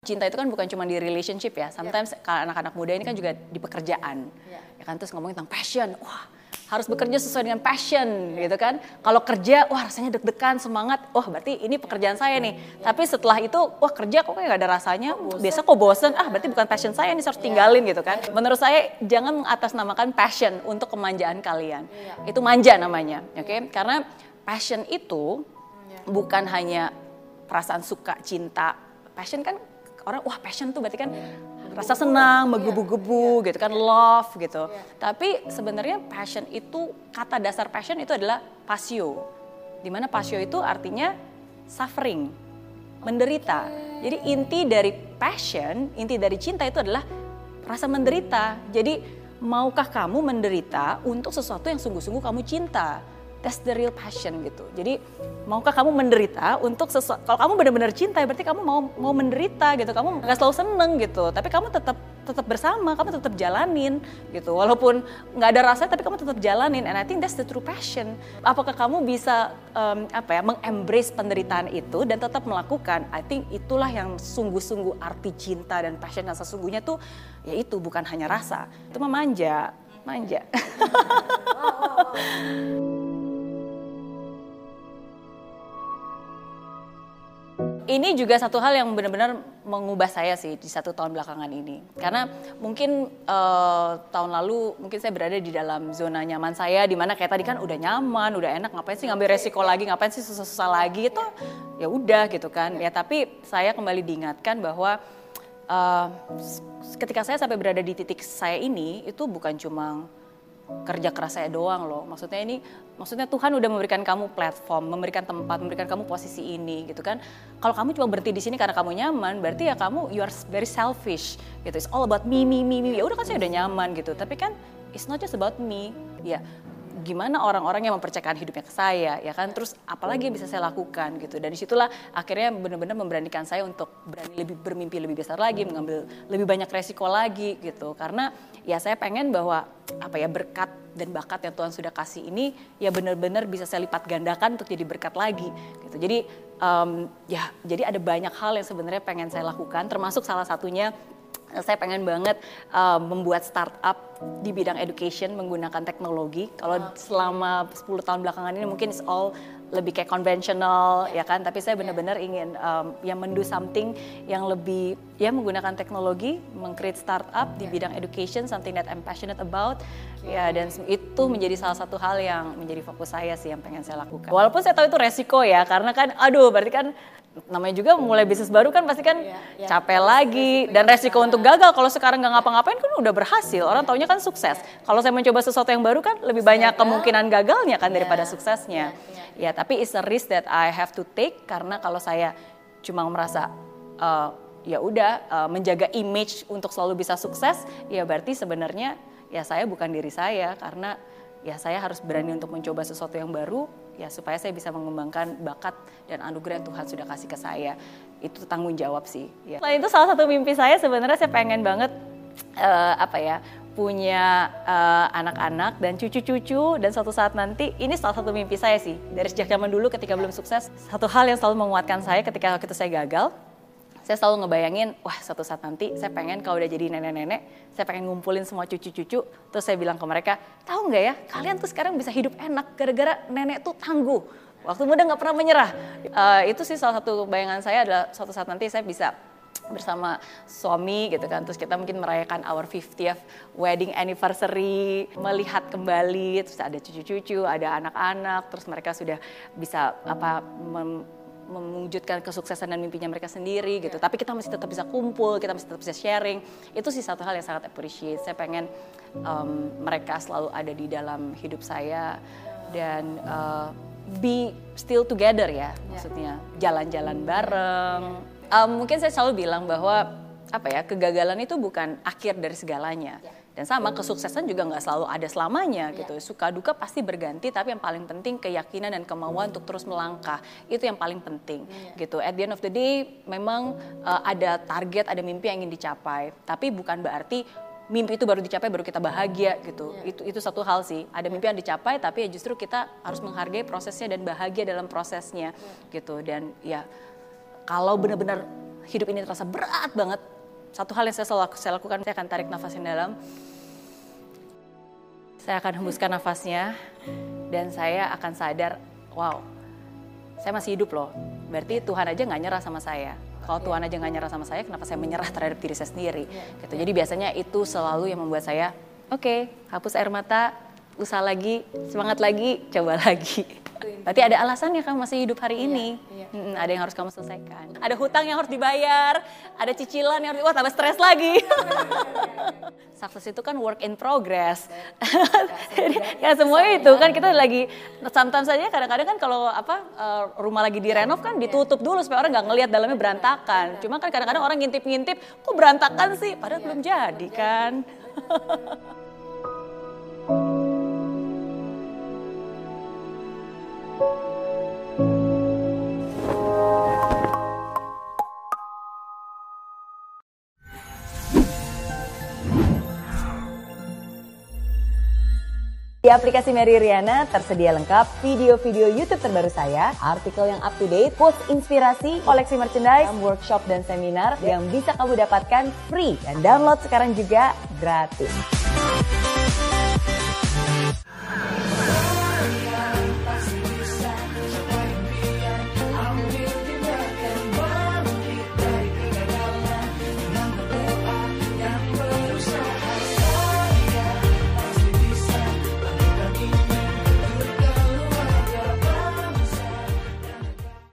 Cinta itu kan bukan cuma di relationship ya, sometimes kalau anak-anak muda ini kan juga di pekerjaan. Ya kan, terus ngomongin tentang passion, wah harus bekerja sesuai dengan passion gitu kan. Kalau kerja, wah rasanya deg-degan, semangat, wah berarti ini pekerjaan saya nih. Tapi setelah itu, wah kerja kok kayak gak ada rasanya, biasa kok bosen, berarti bukan passion saya nih, harus tinggalin gitu kan. Menurut saya jangan mengatasnamakan passion untuk kemanjaan kalian. Itu manja namanya, oke? Karena passion itu bukan hanya perasaan suka, cinta. Passion kan orang, wah passion tuh berarti kan rasa senang, menggebu-gebu gitu kan, love gitu. Tapi sebenarnya passion itu, kata dasar passion itu adalah passio. Dimana passio itu artinya suffering, menderita. Jadi inti dari passion, inti dari cinta itu adalah rasa menderita. Jadi maukah kamu menderita untuk sesuatu yang sungguh-sungguh kamu cinta? That's the real passion gitu. Jadi maukah kamu menderita untuk sesuatu? Kalau kamu benar-benar cinta, berarti kamu mau menderita gitu. Kamu nggak selalu seneng gitu, tapi kamu tetap bersama, kamu tetap jalanin gitu. Walaupun nggak ada rasanya, tapi kamu tetap jalanin. And I think that's the true passion. Apakah kamu bisa mengembrace penderitaan itu dan tetap melakukan? I think itulah yang sungguh-sungguh arti cinta dan passion yang sesungguhnya tuh, yaitu bukan hanya rasa, itu manja. Ini juga satu hal yang benar-benar mengubah saya sih di 1 tahun belakangan ini. Karena mungkin tahun lalu mungkin saya berada di dalam zona nyaman saya, di mana kayak tadi kan udah nyaman, udah enak, ngapain sih ngambil resiko lagi, ngapain sih susah-susah lagi, itu ya udah gitu kan. Ya tapi saya kembali diingatkan bahwa ketika saya sampai berada di titik saya ini, itu bukan cuma kerja keras saya doang loh. Maksudnya Tuhan udah memberikan kamu platform, memberikan tempat, memberikan kamu posisi ini gitu kan. Kalau kamu cuma berhenti di sini karena kamu nyaman, berarti ya kamu you are very selfish gitu. It's all about me. Ya udah kan saya udah nyaman gitu. Tapi kan it's not just about me. Ya gimana orang-orang yang mempercayakan hidupnya ke saya, ya kan, terus apalagi yang bisa saya lakukan gitu. Dan disitulah akhirnya benar-benar memberanikan saya untuk berani bermimpi lebih besar lagi, mengambil lebih banyak resiko lagi gitu. Karena ya saya pengen bahwa berkat dan bakat yang Tuhan sudah kasih ini ya benar-benar bisa saya lipat gandakan untuk jadi berkat lagi gitu. Jadi jadi ada banyak hal yang sebenarnya pengen saya lakukan, termasuk salah satunya saya pengen banget membuat startup di bidang education menggunakan teknologi. Kalau selama 10 tahun belakangan ini mungkin it's all lebih kayak konvensional ya kan, tapi saya benar-benar ingin do something yang lebih menggunakan teknologi, meng-create startup di bidang education, something that I'm passionate about. Ya, dan itu menjadi salah satu hal yang menjadi fokus saya sih, yang pengen saya lakukan. Walaupun saya tahu itu resiko ya, karena kan berarti kan namanya juga mulai bisnis baru kan pasti kan capek lagi, dan resiko untuk gagal. Kalau sekarang nggak ngapa-ngapain kan udah berhasil, orang taunya kan sukses. Kalau saya mencoba sesuatu yang baru kan lebih banyak kemungkinan gagalnya kan daripada suksesnya. Ya tapi it's a risk that I have to take, karena kalau saya cuma merasa menjaga image untuk selalu bisa sukses, ya berarti sebenarnya ya saya bukan diri saya, karena ya saya harus berani untuk mencoba sesuatu yang baru ya supaya saya bisa mengembangkan bakat dan anugerah yang Tuhan sudah kasih ke saya. Itu tanggung jawab sih. Ya. Selain itu salah satu mimpi saya sebenarnya saya pengen banget punya anak-anak dan cucu-cucu, dan suatu saat nanti ini salah satu mimpi saya sih dari sejak zaman dulu ketika belum sukses. Satu hal yang selalu menguatkan saya ketika saya gagal, saya selalu ngebayangin, wah suatu saat nanti saya pengen kalau udah jadi nenek-nenek, saya pengen ngumpulin semua cucu-cucu, terus saya bilang ke mereka, tahu nggak ya, kalian tuh sekarang bisa hidup enak gara-gara nenek tuh tangguh, waktu muda nggak pernah menyerah. Itu sih salah satu bayangan saya, adalah suatu saat nanti saya bisa bersama suami gitu kan, terus kita mungkin merayakan our 50th wedding anniversary, melihat kembali, terus ada cucu-cucu, ada anak-anak, terus mereka sudah bisa mewujudkan kesuksesan dan mimpinya mereka sendiri gitu. Tapi kita masih tetap bisa kumpul, kita masih tetap bisa sharing. Itu sih satu hal yang sangat appreciate. Saya pengen mereka selalu ada di dalam hidup saya, dan be still together ya, maksudnya jalan-jalan bareng. Mungkin saya selalu bilang bahwa kegagalan itu bukan akhir dari segalanya. Dan sama, kesuksesan juga nggak selalu ada selamanya gitu. Suka duka pasti berganti, tapi yang paling penting keyakinan dan kemauan untuk terus melangkah. Itu yang paling penting gitu. At the end of the day, memang ada target, ada mimpi yang ingin dicapai. Tapi bukan berarti mimpi itu baru dicapai baru kita bahagia gitu. Itu satu hal sih. Ada mimpi yang dicapai, tapi ya justru kita harus menghargai prosesnya dan bahagia dalam prosesnya gitu. Dan ya kalau benar-benar hidup ini terasa berat banget, satu hal yang saya lakukan, saya akan tarik nafas yang dalam. Saya akan hembuskan nafasnya dan saya akan sadar, wow, saya masih hidup loh. Berarti Tuhan aja nggak nyerah sama saya. Kalau Tuhan aja nggak nyerah sama saya, kenapa saya menyerah terhadap diri saya sendiri? Gitu. Jadi biasanya itu selalu yang membuat saya, oke, hapus air mata, usaha lagi, semangat lagi, coba lagi. Berarti ada alasannya kamu masih hidup hari ini. Ada yang harus kamu selesaikan. Ada hutang yang harus dibayar, ada cicilan yang harus, wah tambah stres lagi. Sukses itu kan work in progress. Ya semua itu kan kita lagi, sometimes saja kadang-kadang kan kalau rumah lagi direnov kan ditutup dulu supaya orang nggak ngelihat dalamnya berantakan. Cuma kan kadang-kadang orang ngintip-ngintip, kok berantakan sih? Padahal belum jadi kan. Di aplikasi Mary Riana tersedia lengkap video-video YouTube terbaru saya, artikel yang up to date, quotes inspirasi, koleksi merchandise, workshop dan seminar yang bisa kamu dapatkan free dan download sekarang juga gratis.